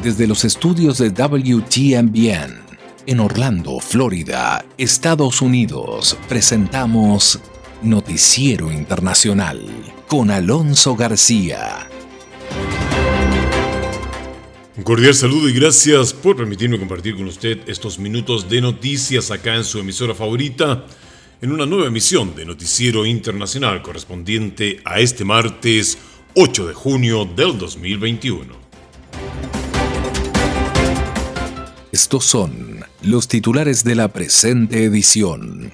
Desde los estudios de WTMBN, en Orlando, Florida, Estados Unidos, presentamos Noticiero Internacional con Alonso García. Un cordial saludo y gracias por permitirme compartir con usted estos minutos de noticias acá en su emisora favorita, en una nueva emisión de Noticiero Internacional correspondiente a este martes 8 de junio del 2021. Estos son los titulares de la presente edición.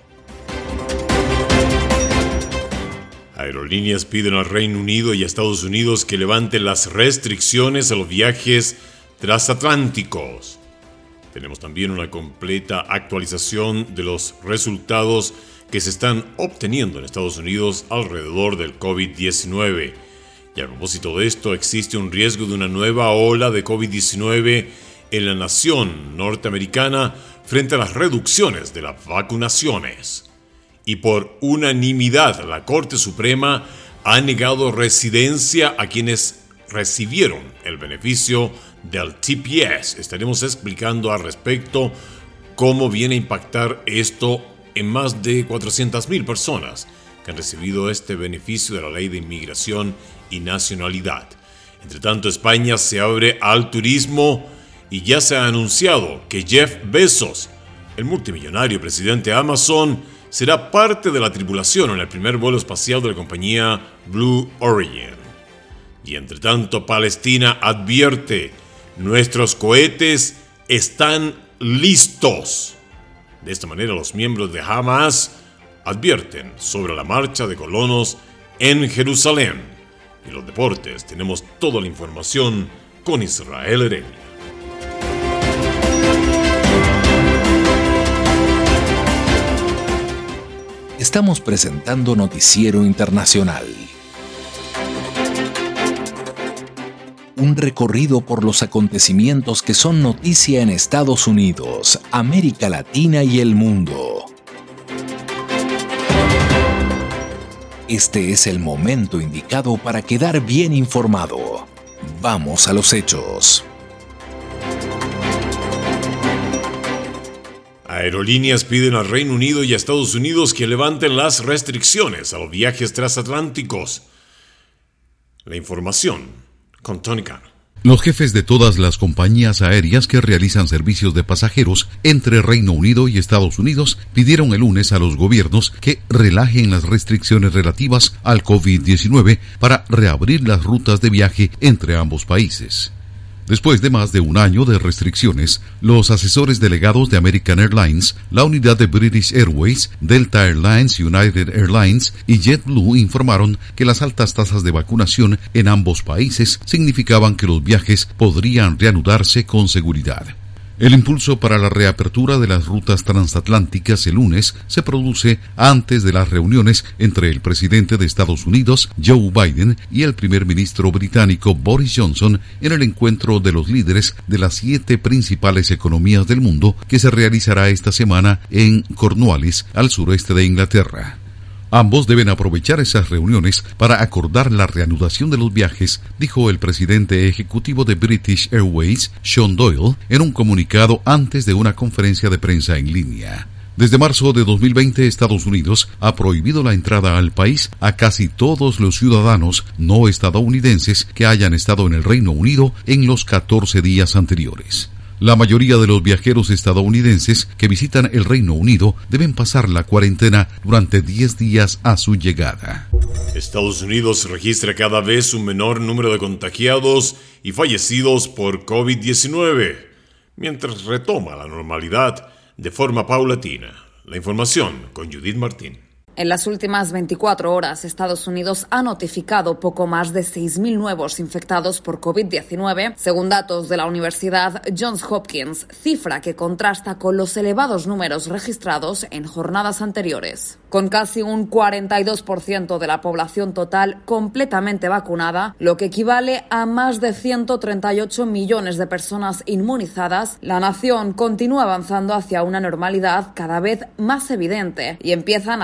Aerolíneas piden al Reino Unido y a Estados Unidos que levanten las restricciones a los viajes transatlánticos. Tenemos también una completa actualización de los resultados que se están obteniendo en Estados Unidos alrededor del COVID-19. Y a propósito de esto, existe un riesgo de una nueva ola de COVID-19 en la nación norteamericana frente a las reducciones de las vacunaciones. Y por unanimidad, la Corte Suprema ha negado residencia a quienes recibieron el beneficio del TPS. Estaremos explicando al respecto cómo viene a impactar esto en más de 400,000 personas que han recibido este beneficio de la Ley de Inmigración y Nacionalidad. Entre tanto, España se abre al turismo y ya se ha anunciado que Jeff Bezos, el multimillonario presidente de Amazon, será parte de la tripulación en el primer vuelo espacial de la compañía Blue Origin. Y entre tanto, Palestina advierte: nuestros cohetes están listos. De esta manera, los miembros de Hamas advierten sobre la marcha de colonos en Jerusalén. Y en los deportes tenemos toda la información con Israel Heredia. Estamos presentando Noticiero Internacional. Un recorrido por los acontecimientos que son noticia en Estados Unidos, América Latina y el mundo. Este es el momento indicado para quedar bien informado. Vamos a los hechos. Aerolíneas piden al Reino Unido y a Estados Unidos que levanten las restricciones a los viajes transatlánticos. La información con Tony Cano. Los jefes de todas las compañías aéreas que realizan servicios de pasajeros entre Reino Unido y Estados Unidos pidieron el lunes a los gobiernos que relajen las restricciones relativas al COVID-19 para reabrir las rutas de viaje entre ambos países. Después de más de un año de restricciones, los asesores delegados de American Airlines, la unidad de British Airways, Delta Airlines, United Airlines y JetBlue informaron que las altas tasas de vacunación en ambos países significaban que los viajes podrían reanudarse con seguridad. El impulso para la reapertura de las rutas transatlánticas el lunes se produce antes de las reuniones entre el presidente de Estados Unidos, Joe Biden, y el primer ministro británico Boris Johnson en el encuentro de los líderes de las 7 principales economías del mundo que se realizará esta semana en Cornwallis, al sureste de Inglaterra. Ambos deben aprovechar esas reuniones para acordar la reanudación de los viajes, dijo el presidente ejecutivo de British Airways, Sean Doyle, en un comunicado antes de una conferencia de prensa en línea. Desde marzo de 2020, Estados Unidos ha prohibido la entrada al país a casi todos los ciudadanos no estadounidenses que hayan estado en el Reino Unido en los 14 días anteriores. La mayoría de los viajeros estadounidenses que visitan el Reino Unido deben pasar la cuarentena durante 10 días a su llegada. Estados Unidos registra cada vez un menor número de contagiados y fallecidos por COVID-19, mientras retoma la normalidad de forma paulatina. La información con Judith Martín. En las últimas 24 horas, Estados Unidos ha notificado poco más de 6.000 nuevos infectados por COVID-19, según datos de la Universidad Johns Hopkins, cifra que contrasta con los elevados números registrados en jornadas anteriores. Con casi un 42% de la población total completamente vacunada, lo que equivale a más de 138 millones de personas inmunizadas, la nación continúa avanzando hacia una normalidad cada vez más evidente y empiezan a celebrar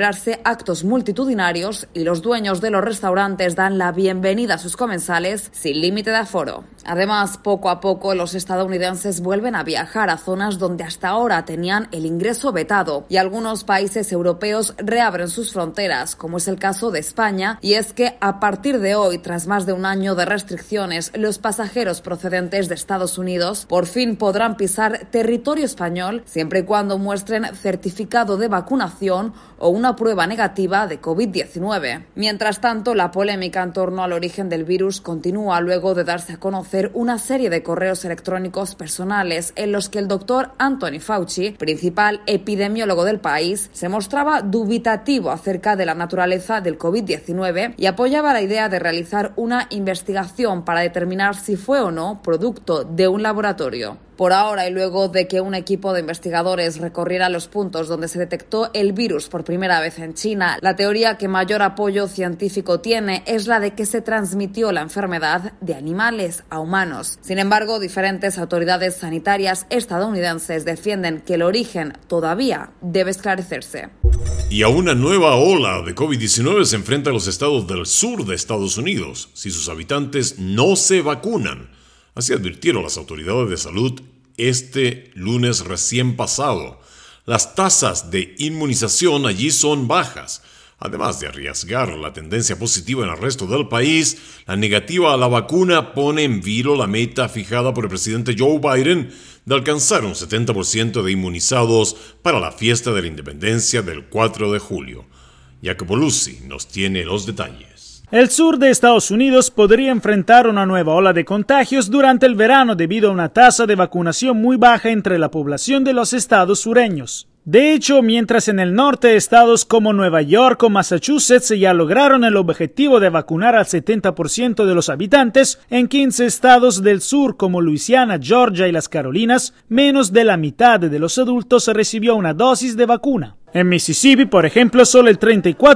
celebrarse actos multitudinarios y los dueños de los restaurantes dan la bienvenida a sus comensales sin límite de aforo. Además, poco a poco los estadounidenses vuelven a viajar a zonas donde hasta ahora tenían el ingreso vetado y algunos países europeos reabren sus fronteras, como es el caso de España, y es que a partir de hoy, tras más de un año de restricciones, los pasajeros procedentes de Estados Unidos por fin podrán pisar territorio español siempre y cuando muestren certificado de vacunación o una prueba negativa de COVID-19. Mientras tanto, la polémica en torno al origen del virus continúa luego de darse a conocer una serie de correos electrónicos personales en los que el doctor Anthony Fauci, principal epidemiólogo del país, se mostraba dubitativo acerca de la naturaleza del COVID-19 y apoyaba la idea de realizar una investigación para determinar si fue o no producto de un laboratorio. Por ahora, y luego de que un equipo de investigadores recorriera los puntos donde se detectó el virus por primera vez en China, la teoría que mayor apoyo científico tiene es la de que se transmitió la enfermedad de animales a humanos. Sin embargo, diferentes autoridades sanitarias estadounidenses defienden que el origen todavía debe esclarecerse. Y a una nueva ola de COVID-19 se enfrentan los estados del sur de Estados Unidos si sus habitantes no se vacunan. Así advirtieron las autoridades de salud este lunes recién pasado. Las tasas de inmunización allí son bajas. Además de arriesgar la tendencia positiva en el resto del país, la negativa a la vacuna pone en vilo la meta fijada por el presidente Joe Biden de alcanzar un 70% de inmunizados para la fiesta de la independencia del 4 de julio. Jacopo Luzzi nos tiene los detalles. El sur de Estados Unidos podría enfrentar una nueva ola de contagios durante el verano debido a una tasa de vacunación muy baja entre la población de los estados sureños. De hecho, mientras en el norte estados como Nueva York o Massachusetts ya lograron el objetivo de vacunar al 70% de los habitantes, en 15 estados del sur como Luisiana, Georgia y las Carolinas, menos de la mitad de los adultos recibió una dosis de vacuna. En Mississippi, por ejemplo, solo el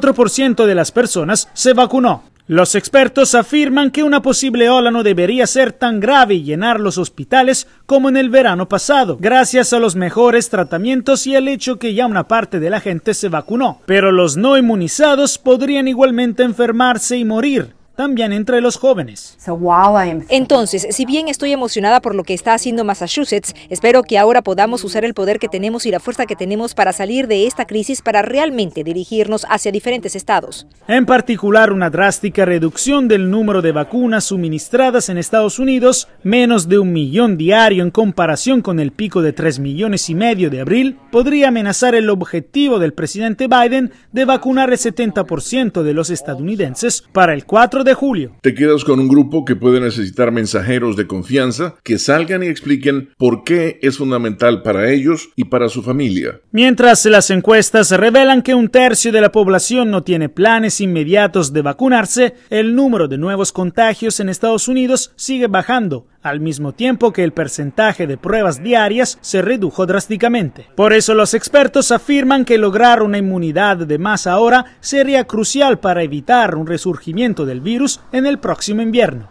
34% de las personas se vacunó. Los expertos afirman que una posible ola no debería ser tan grave y llenar los hospitales como en el verano pasado, gracias a los mejores tratamientos y el hecho que ya una parte de la gente se vacunó. Pero los no inmunizados podrían igualmente enfermarse y morir, también entre los jóvenes. Entonces, si bien estoy emocionada por lo que está haciendo Massachusetts, espero que ahora podamos usar el poder que tenemos y la fuerza que tenemos para salir de esta crisis para realmente dirigirnos hacia diferentes estados. En particular, una drástica reducción del número de vacunas suministradas en Estados Unidos, menos de 1 millón diario en comparación con el pico de 3,5 millones de abril, podría amenazar el objetivo del presidente Biden de vacunar el 70% de los estadounidenses para el 4 de julio. Te quedas con un grupo que puede necesitar mensajeros de confianza que salgan y expliquen por qué es fundamental para ellos y para su familia. Mientras las encuestas revelan que 1/3 de la población no tiene planes inmediatos de vacunarse, el número de nuevos contagios en Estados Unidos sigue bajando, al mismo tiempo que el porcentaje de pruebas diarias se redujo drásticamente. Por eso los expertos afirman que lograr una inmunidad de masa ahora sería crucial para evitar un resurgimiento del virus en el próximo invierno.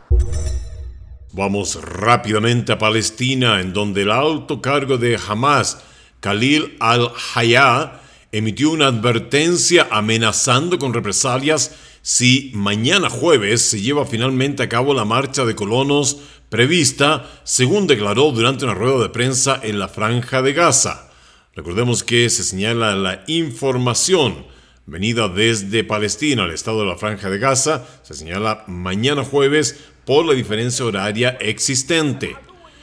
Vamos rápidamente a Palestina, en donde el alto cargo de Hamas, Khalil al-Hayya, emitió una advertencia amenazando con represalias si mañana jueves se lleva finalmente a cabo la marcha de colonos prevista, según declaró durante una rueda de prensa en la Franja de Gaza. Recordemos que se señala la información venida desde Palestina al estado de la Franja de Gaza, se señala mañana jueves por la diferencia horaria existente.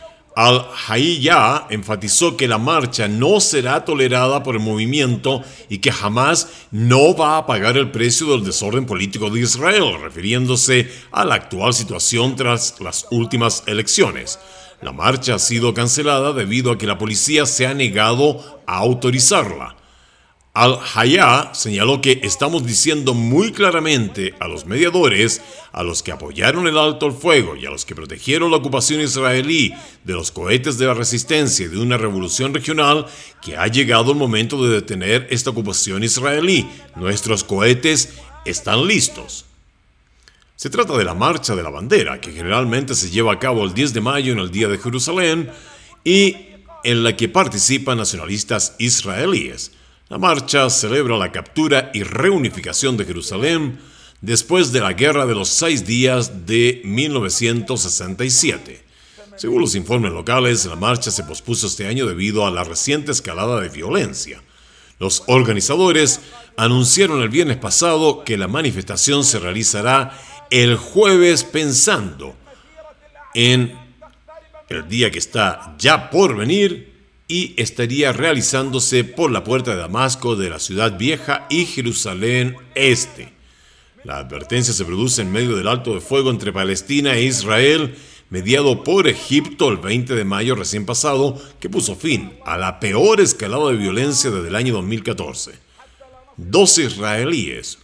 Al-Hayya enfatizó que la marcha no será tolerada por el movimiento y que jamás no va a pagar el precio del desorden político de Israel, refiriéndose a la actual situación tras las últimas elecciones. La marcha ha sido cancelada debido a que la policía se ha negado a autorizarla. Al-Hayya señaló que estamos diciendo muy claramente a los mediadores, a los que apoyaron el alto al fuego y a los que protegieron la ocupación israelí de los cohetes de la resistencia y de una revolución regional, que ha llegado el momento de detener esta ocupación israelí. Nuestros cohetes están listos. Se trata de la Marcha de la Bandera, que generalmente se lleva a cabo el 10 de mayo en el Día de Jerusalén y en la que participan nacionalistas israelíes. La marcha celebra la captura y reunificación de Jerusalén después de la Guerra de los 6 días de 1967. Según los informes locales, la marcha se pospuso este año debido a la reciente escalada de violencia. Los organizadores anunciaron el viernes pasado que la manifestación se realizará el jueves pensando en el día que está ya por venir y estaría realizándose por la puerta de Damasco de la Ciudad Vieja y Jerusalén Este. La advertencia se produce en medio del alto de fuego entre Palestina e Israel, mediado por Egipto el 20 de mayo recién pasado, que puso fin a la peor escalada de violencia desde el año 2014. 12 israelíes,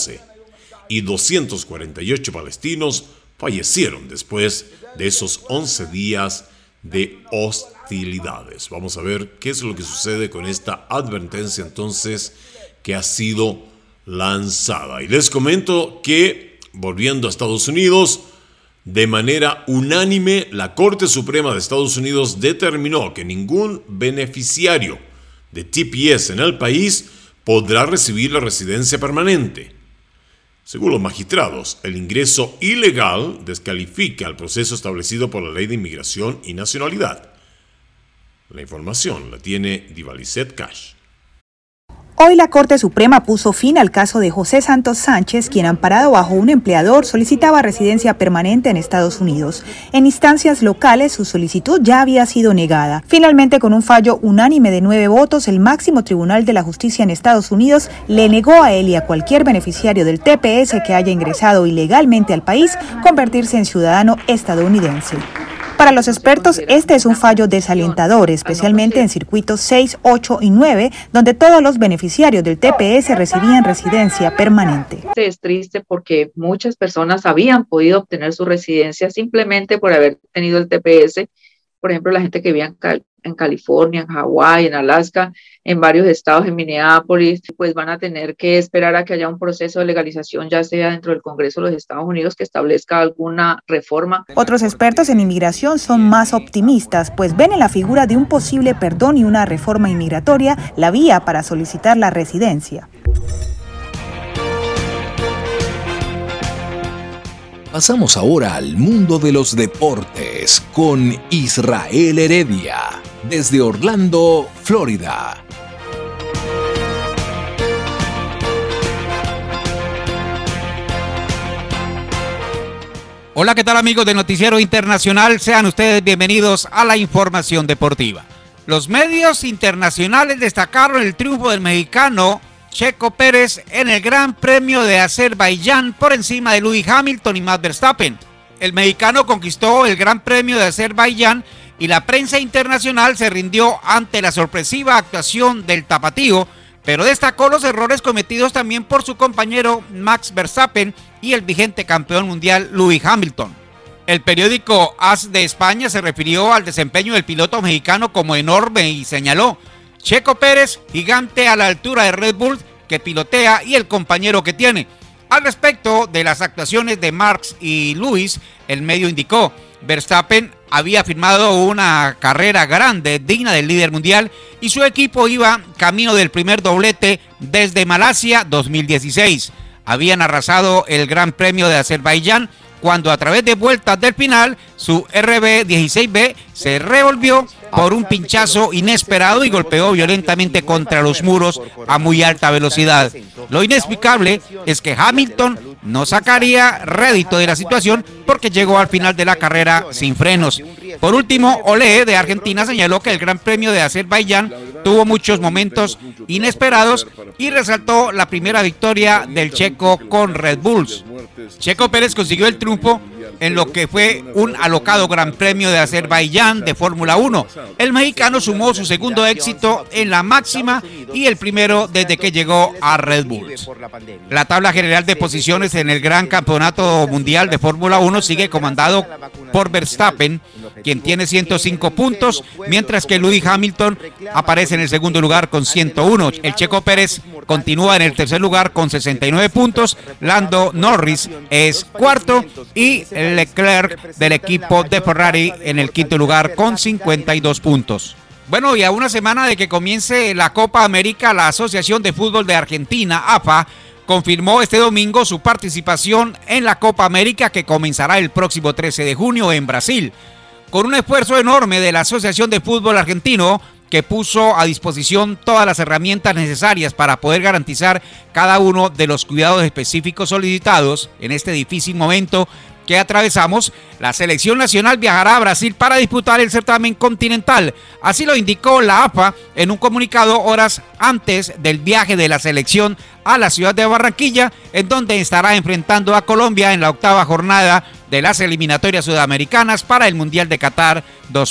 y 248 palestinos fallecieron después de esos 11 días de hostilidades. Vamos a ver qué es lo que sucede con esta advertencia entonces que ha sido lanzada. Y les comento que, volviendo a Estados Unidos, de manera unánime, la Corte Suprema de Estados Unidos determinó que ningún beneficiario de TPS en el país podrá recibir la residencia permanente. Según los magistrados, el ingreso ilegal descalifica el proceso establecido por la Ley de Inmigración y Nacionalidad. La información la tiene Divalicet Cash. Hoy la Corte Suprema puso fin al caso de José Santos Sánchez, quien amparado bajo un empleador solicitaba residencia permanente en Estados Unidos. En instancias locales su solicitud ya había sido negada. Finalmente, con un fallo unánime de 9 votos, el máximo tribunal de la justicia en Estados Unidos le negó a él y a cualquier beneficiario del TPS que haya ingresado ilegalmente al país convertirse en ciudadano estadounidense. Para los expertos, este es un fallo desalentador, especialmente en circuitos 6, 8 y 9, donde todos los beneficiarios del TPS recibían residencia permanente. Es triste porque muchas personas habían podido obtener su residencia simplemente por haber tenido el TPS. Por ejemplo, la gente que vivía en California, en Hawái, en Alaska, en varios estados, en Minneapolis, pues van a tener que esperar a que haya un proceso de legalización, ya sea dentro del Congreso de los Estados Unidos, que establezca alguna reforma. Otros expertos en inmigración son más optimistas, pues ven en la figura de un posible perdón y una reforma inmigratoria la vía para solicitar la residencia. Pasamos ahora al mundo de los deportes con Israel Heredia, desde Orlando, Florida. Hola, ¿qué tal amigos de Noticiero Internacional? Sean ustedes bienvenidos a la información deportiva. Los medios internacionales destacaron el triunfo del mexicano Checo Pérez en el Gran Premio de Azerbaiyán por encima de Lewis Hamilton y Max Verstappen. El mexicano conquistó el Gran Premio de Azerbaiyán y la prensa internacional se rindió ante la sorpresiva actuación del tapatío, pero destacó los errores cometidos también por su compañero Max Verstappen y el vigente campeón mundial Lewis Hamilton. El periódico AS de España se refirió al desempeño del piloto mexicano como enorme y señaló: Checo Pérez, gigante a la altura de Red Bull que pilotea y el compañero que tiene. Al respecto de las actuaciones de Max y Lewis, el medio indicó: Verstappen había firmado una carrera grande, digna del líder mundial, y su equipo iba camino del primer doblete desde Malasia 2016. Habían arrasado el Gran Premio de Azerbaiyán cuando a través de vueltas del final su RB16B se revolvió por un pinchazo inesperado y golpeó violentamente contra los muros a muy alta velocidad. Lo inexplicable es que Hamilton no sacaría rédito de la situación porque llegó al final de la carrera sin frenos. Por último, Ole de Argentina señaló que el Gran Premio de Azerbaiyán tuvo muchos momentos inesperados y resaltó la primera victoria del checo con Red Bulls. Checo Pérez consiguió el triunfo en lo que fue un alocado Gran Premio de Azerbaiyán de Fórmula 1. El mexicano sumó su segundo éxito en la máxima y el primero desde que llegó a Red Bull. La tabla general de posiciones en el Gran Campeonato Mundial de Fórmula 1 sigue comandado por Verstappen, quien tiene 105 puntos, mientras que Lewis Hamilton aparece en el segundo lugar con 101. El Checo Pérez continúa en el tercer lugar con 69 puntos, Lando Norris es cuarto y Leclerc del equipo de Ferrari en el quinto lugar con 52 puntos. Bueno, y a una semana de que comience la Copa América, la Asociación de Fútbol de Argentina, AFA, confirmó este domingo su participación en la Copa América que comenzará el próximo 13 de junio en Brasil. Con un esfuerzo enorme de la Asociación de Fútbol Argentino, que puso a disposición todas las herramientas necesarias para poder garantizar cada uno de los cuidados específicos solicitados en este difícil momento que atravesamos, la selección nacional viajará a Brasil para disputar el certamen continental. Así lo indicó la AFA en un comunicado horas antes del viaje de la selección a la ciudad de Barranquilla, en donde estará enfrentando a Colombia en la 8ª jornada de las eliminatorias sudamericanas para el Mundial de Qatar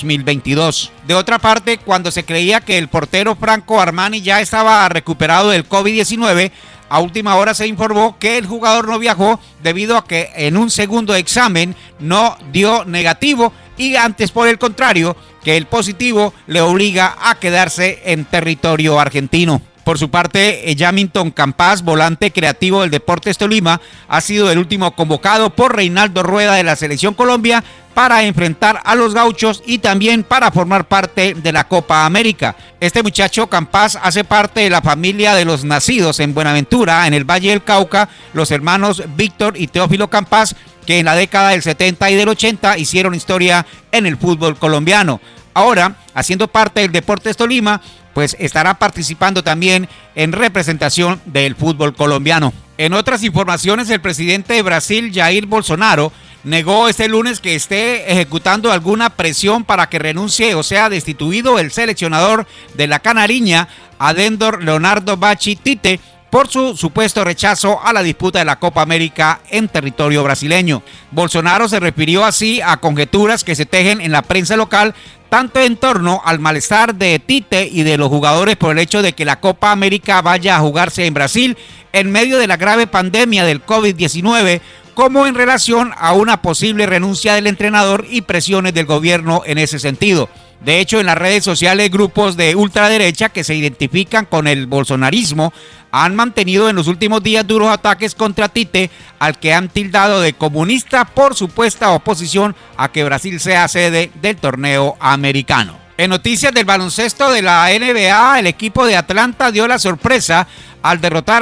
2022. De otra parte, cuando se creía que el portero Franco Armani ya estaba recuperado del COVID-19, a última hora se informó que el jugador no viajó debido a que en un segundo examen no dio negativo y antes, por el contrario, que el positivo le obliga a quedarse en territorio argentino. Por su parte, Yamilton Campas, volante creativo del Deportes Tolima, ha sido el último convocado por Reinaldo Rueda de la Selección Colombia para enfrentar a los gauchos y también para formar parte de la Copa América. Este muchacho Campas hace parte de la familia de los nacidos en Buenaventura, en el Valle del Cauca, los hermanos Víctor y Teófilo Campas, que en la década del 70 y del 80 hicieron historia en el fútbol colombiano. Ahora, haciendo parte del Deportes Tolima, pues estará participando también en representación del fútbol colombiano. En otras informaciones, el presidente de Brasil, Jair Bolsonaro, negó este lunes que esté ejecutando alguna presión para que renuncie o sea destituido el seleccionador de la Canariña, Adendor Leonardo Bachi Tite, por su supuesto rechazo a la disputa de la Copa América en territorio brasileño. Bolsonaro se refirió así a conjeturas que se tejen en la prensa local, tanto en torno al malestar de Tite y de los jugadores por el hecho de que la Copa América vaya a jugarse en Brasil en medio de la grave pandemia del COVID-19, como en relación a una posible renuncia del entrenador y presiones del gobierno en ese sentido. De hecho, en las redes sociales, grupos de ultraderecha que se identifican con el bolsonarismo han mantenido en los últimos días duros ataques contra Tite, al que han tildado de comunista por supuesta oposición a que Brasil sea sede del torneo americano. En noticias del baloncesto de la NBA, el equipo de Atlanta dio la sorpresa al derrotar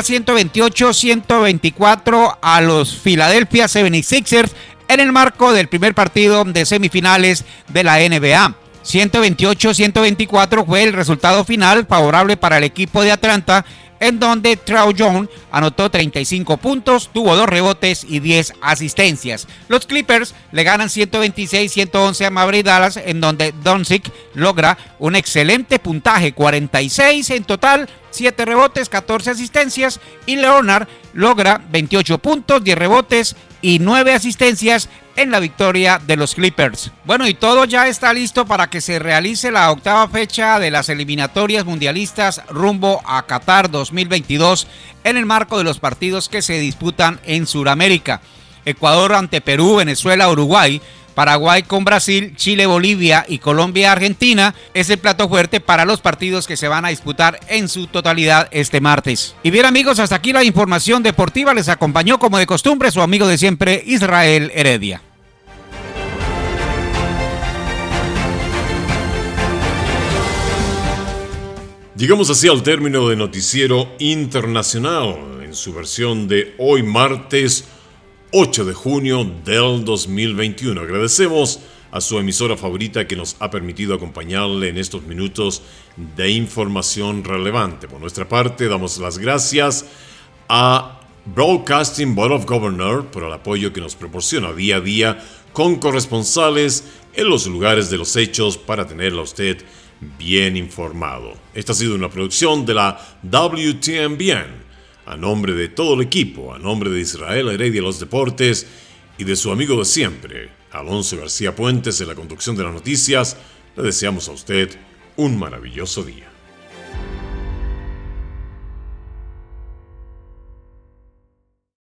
128-124 a los Philadelphia 76ers en el marco del primer partido de semifinales de la NBA. 128-124 fue el resultado final favorable para el equipo de Atlanta, en donde Trae Young anotó 35 puntos, tuvo 2 rebotes y 10 asistencias. Los Clippers le ganan 126-111 a Mavericks Dallas, en donde Doncic logra un excelente puntaje, 46 en total, 7 rebotes, 14 asistencias, y Leonard logra 28 puntos, 10 rebotes y 9 asistencias en la victoria de los Clippers. Bueno, y todo ya está listo para que se realice la 8ª fecha de las eliminatorias mundialistas rumbo a Qatar 2022 en el marco de los partidos que se disputan en Sudamérica. Ecuador ante Perú, Venezuela, Uruguay, Paraguay con Brasil, Chile, Bolivia y Colombia, Argentina es el plato fuerte para los partidos que se van a disputar en su totalidad este martes. Y bien, amigos, hasta aquí la información deportiva. Les acompañó como de costumbre su amigo de siempre, Israel Heredia. Llegamos así al término de Noticiero Internacional en su versión de hoy martes 8 de junio del 2021. Agradecemos a su emisora favorita que nos ha permitido acompañarle en estos minutos de información relevante. Por nuestra parte, damos las gracias a Broadcasting Board of Governors por el apoyo que nos proporciona día a día con corresponsales en los lugares de los hechos para tenerla a usted bien informado. Esta ha sido una producción de la WTMBN. A nombre de todo el equipo, a nombre de Israel Heredia Los Deportes y de su amigo de siempre, Alonso García Puentes en la conducción de las noticias, le deseamos a usted un maravilloso día.